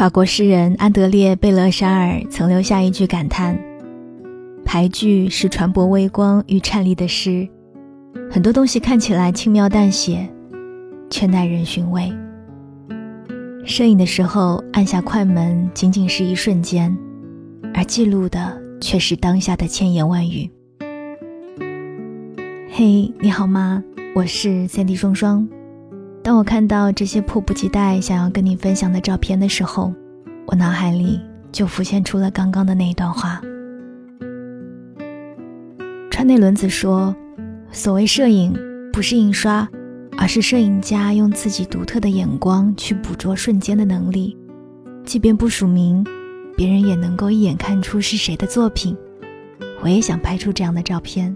法国诗人安德烈·贝勒沙尔曾留下一句感叹：俳句是传播微光与颤栗的诗，很多东西看起来轻描淡写，却耐人寻味。摄影的时候按下快门仅仅是一瞬间，而记录的却是当下的千言万语。嘿，你好吗？我是Sandy双双。当我看到这些迫不及待想要跟你分享的照片的时候，我脑海里就浮现出了刚刚的那一段话。川内伦子说，所谓摄影不是印刷，而是摄影家用自己独特的眼光去捕捉瞬间的能力，即便不署名，别人也能够一眼看出是谁的作品。我也想拍出这样的照片。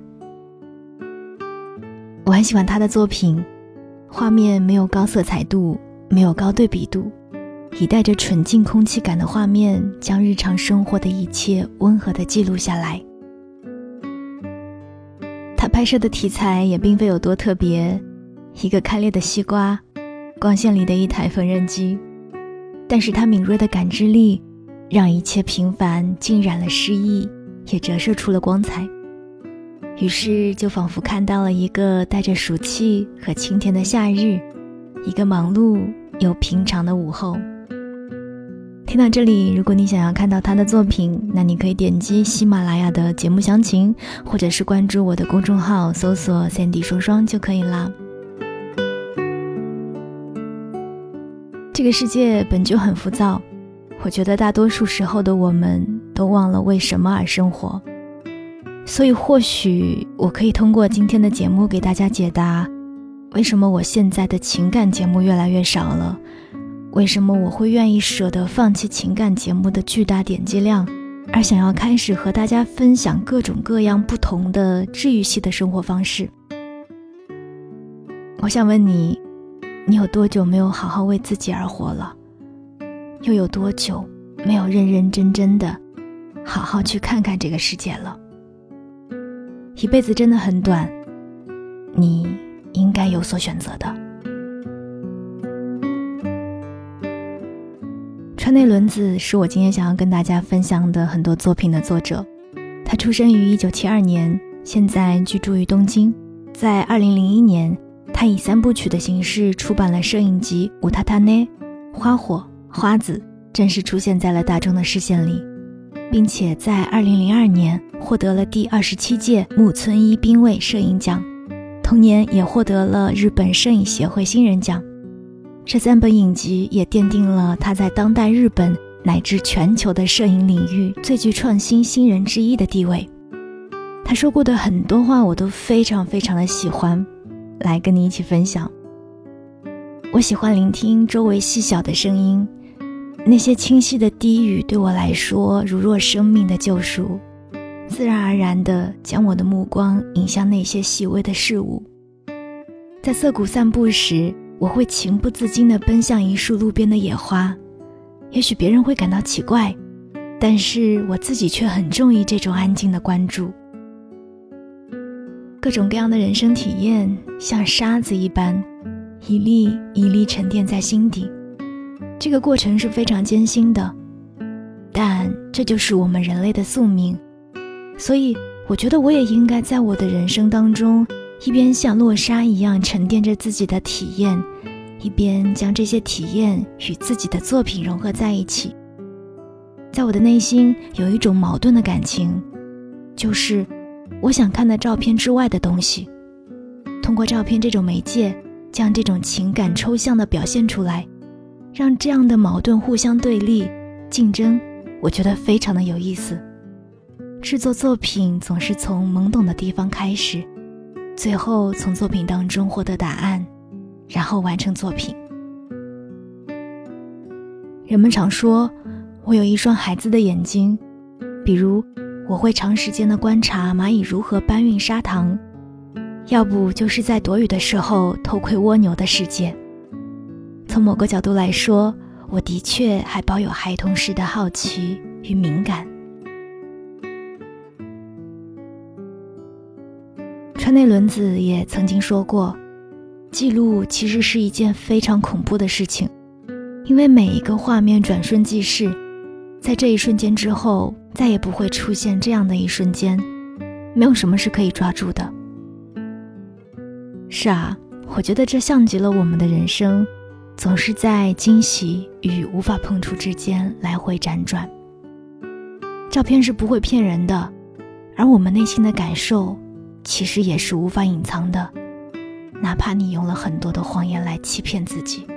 我很喜欢他的作品，画面没有高色彩度，没有高对比度，以带着纯净空气感的画面，将日常生活的一切温和地记录下来。他拍摄的题材也并非有多特别，一个开裂的西瓜，光线里的一台缝纫机，但是他敏锐的感知力让一切平凡浸染了诗意，也折射出了光彩。于是就仿佛看到了一个带着暑气和晴天的夏日，一个忙碌又平常的午后。听到这里，如果你想要看到他的作品，那你可以点击喜马拉雅的节目详情，或者是关注我的公众号，搜索Sandy双双就可以啦。这个世界本就很浮躁，我觉得大多数时候的我们都忘了为什么而生活。所以或许我可以通过今天的节目给大家解答，为什么我现在的情感节目越来越少了，为什么我会愿意舍得放弃情感节目的巨大点击量，而想要开始和大家分享各种各样不同的治愈系的生活方式。我想问你，你有多久没有好好为自己而活了？又有多久没有认认真真的好好去看看这个世界了？一辈子真的很短，你应该有所选择的。川内伦子是我今天想要跟大家分享的很多作品的作者。他出生于1972年，现在居住于东京。在2001年，他以3部曲的形式出版了摄影集《乌塔塔内》，花火、花子正式出现在了大众的视线里，并且在2002年获得了第27届木村一兵卫摄影奖，同年也获得了日本摄影协会新人奖。这3本影集也奠定了他在当代日本乃至全球的摄影领域最具创新新人之一的地位。他说过的很多话我都非常非常的喜欢，来跟你一起分享。我喜欢聆听周围细小的声音，那些清晰的低语对我来说如若生命的救赎，自然而然地将我的目光引向那些细微的事物。在涩谷散步时，我会情不自禁地奔向一束路边的野花，也许别人会感到奇怪，但是我自己却很中意这种安静的关注。各种各样的人生体验像沙子一般，一粒一粒沉淀在心底。这个过程是非常艰辛的，但这就是我们人类的宿命。所以我觉得我也应该在我的人生当中，一边像落沙一样沉淀着自己的体验，一边将这些体验与自己的作品融合在一起。在我的内心有一种矛盾的感情，就是我想看到照片之外的东西，通过照片这种媒介，将这种情感抽象地表现出来，让这样的矛盾互相对立、竞争，我觉得非常的有意思。制作作品总是从懵懂的地方开始，最后从作品当中获得答案，然后完成作品。人们常说我有一双孩子的眼睛，比如我会长时间地观察蚂蚁如何搬运砂糖，要不就是在躲雨的时候偷窥蜗牛的世界。从某个角度来说，我的确还保有孩童时的好奇与敏感。川内伦子也曾经说过，记录其实是一件非常恐怖的事情， 因为每一个画面转瞬即逝，在这一瞬间之后再也不会出现这样的一瞬间，没有什么是可以抓住的。是啊，我觉得这像极了我们的人生，总是在惊喜与无法碰触之间来回辗转。照片是不会骗人的，而我们内心的感受其实也是无法隐藏的，哪怕你用了很多的谎言来欺骗自己。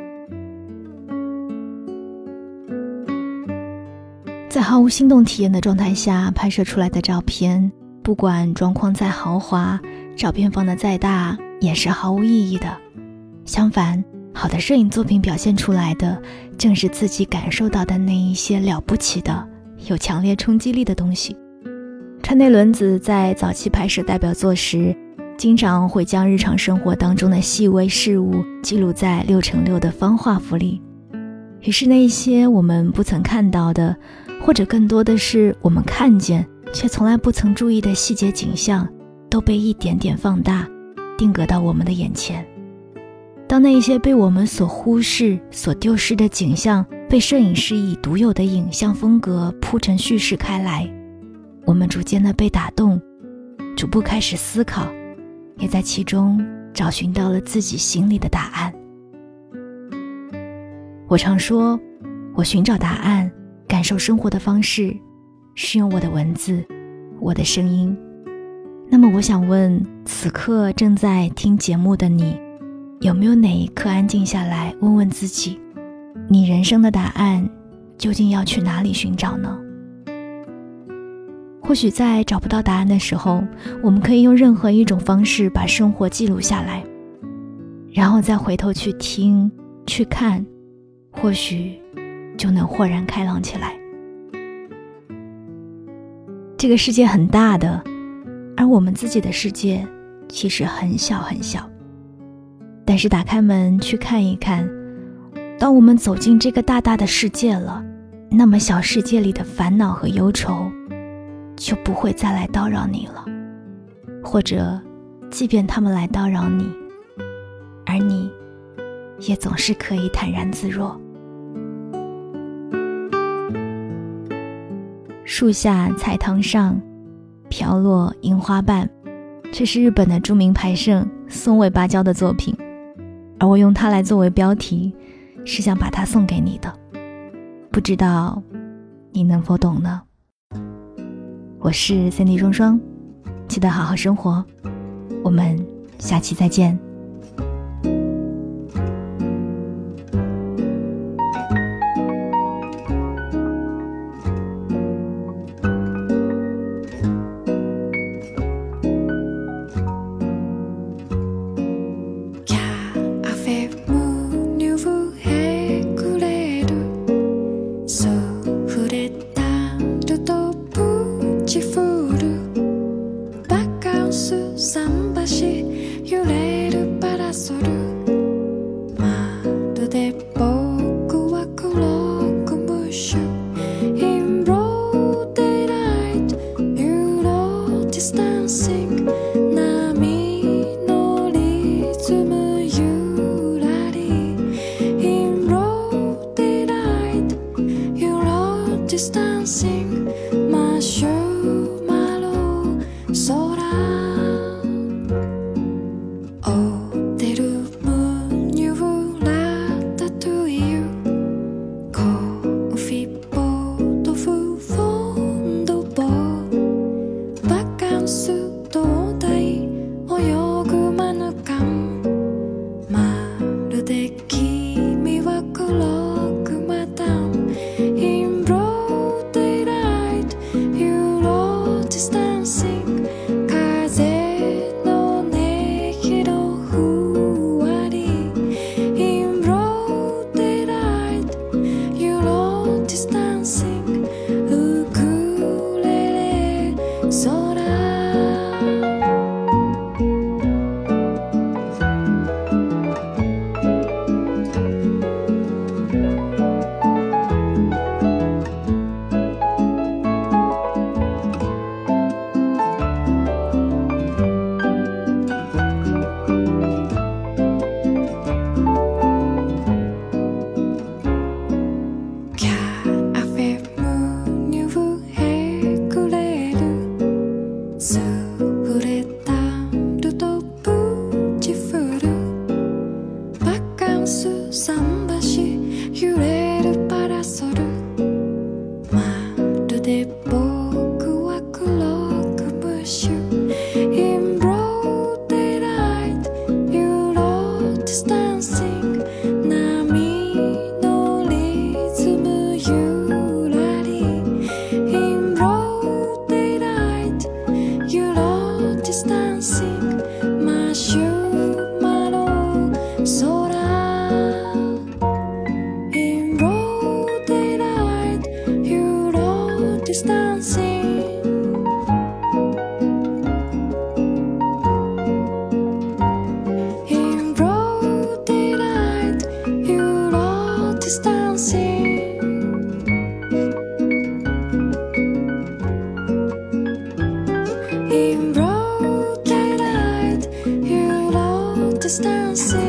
在毫无心动体验的状态下拍摄出来的照片，不管装框再豪华，照片放得再大，也是毫无意义的。相反，好的摄影作品表现出来的，正是自己感受到的那一些了不起的、有强烈冲击力的东西。川内伦子在早期拍摄代表作时，经常会将日常生活当中的细微事物记录在6×6的方画幅里。于是那些我们不曾看到的，或者更多的是我们看见却从来不曾注意的细节景象，都被一点点放大，定格到我们的眼前。当那一些被我们所忽视、所丢失的景象被摄影师以独有的影像风格铺陈叙事开来，我们逐渐的被打动，逐步开始思考，也在其中找寻到了自己心里的答案。我常说，我寻找答案、感受生活的方式是用我的文字、我的声音。那么我想问，此刻正在听节目的你，有没有哪一刻安静下来问问自己，你人生的答案究竟要去哪里寻找呢？或许在找不到答案的时候，我们可以用任何一种方式把生活记录下来，然后再回头去听、去看，或许就能豁然开朗起来。这个世界很大的，而我们自己的世界其实很小很小。但是打开门去看一看，当我们走进这个大大的世界了，那么小世界里的烦恼和忧愁就不会再来叨扰你了，或者即便他们来叨扰你，而你也总是可以坦然自若。树下菜汤上飘落樱花瓣，这是日本的著名牌圣松尾芭蕉的作品，而我用它来作为标题，是想把它送给你的，不知道你能否懂呢？我是 Cindy 双双，记得好好生活，我们下期再见。 君は黒くまた In broad daylight distancing 波のリズムゆらり In broad daylight You are distancing マシュマロ空 In broad daylight You are distancing In broad daylight You are distancing In broad daylight You are distancing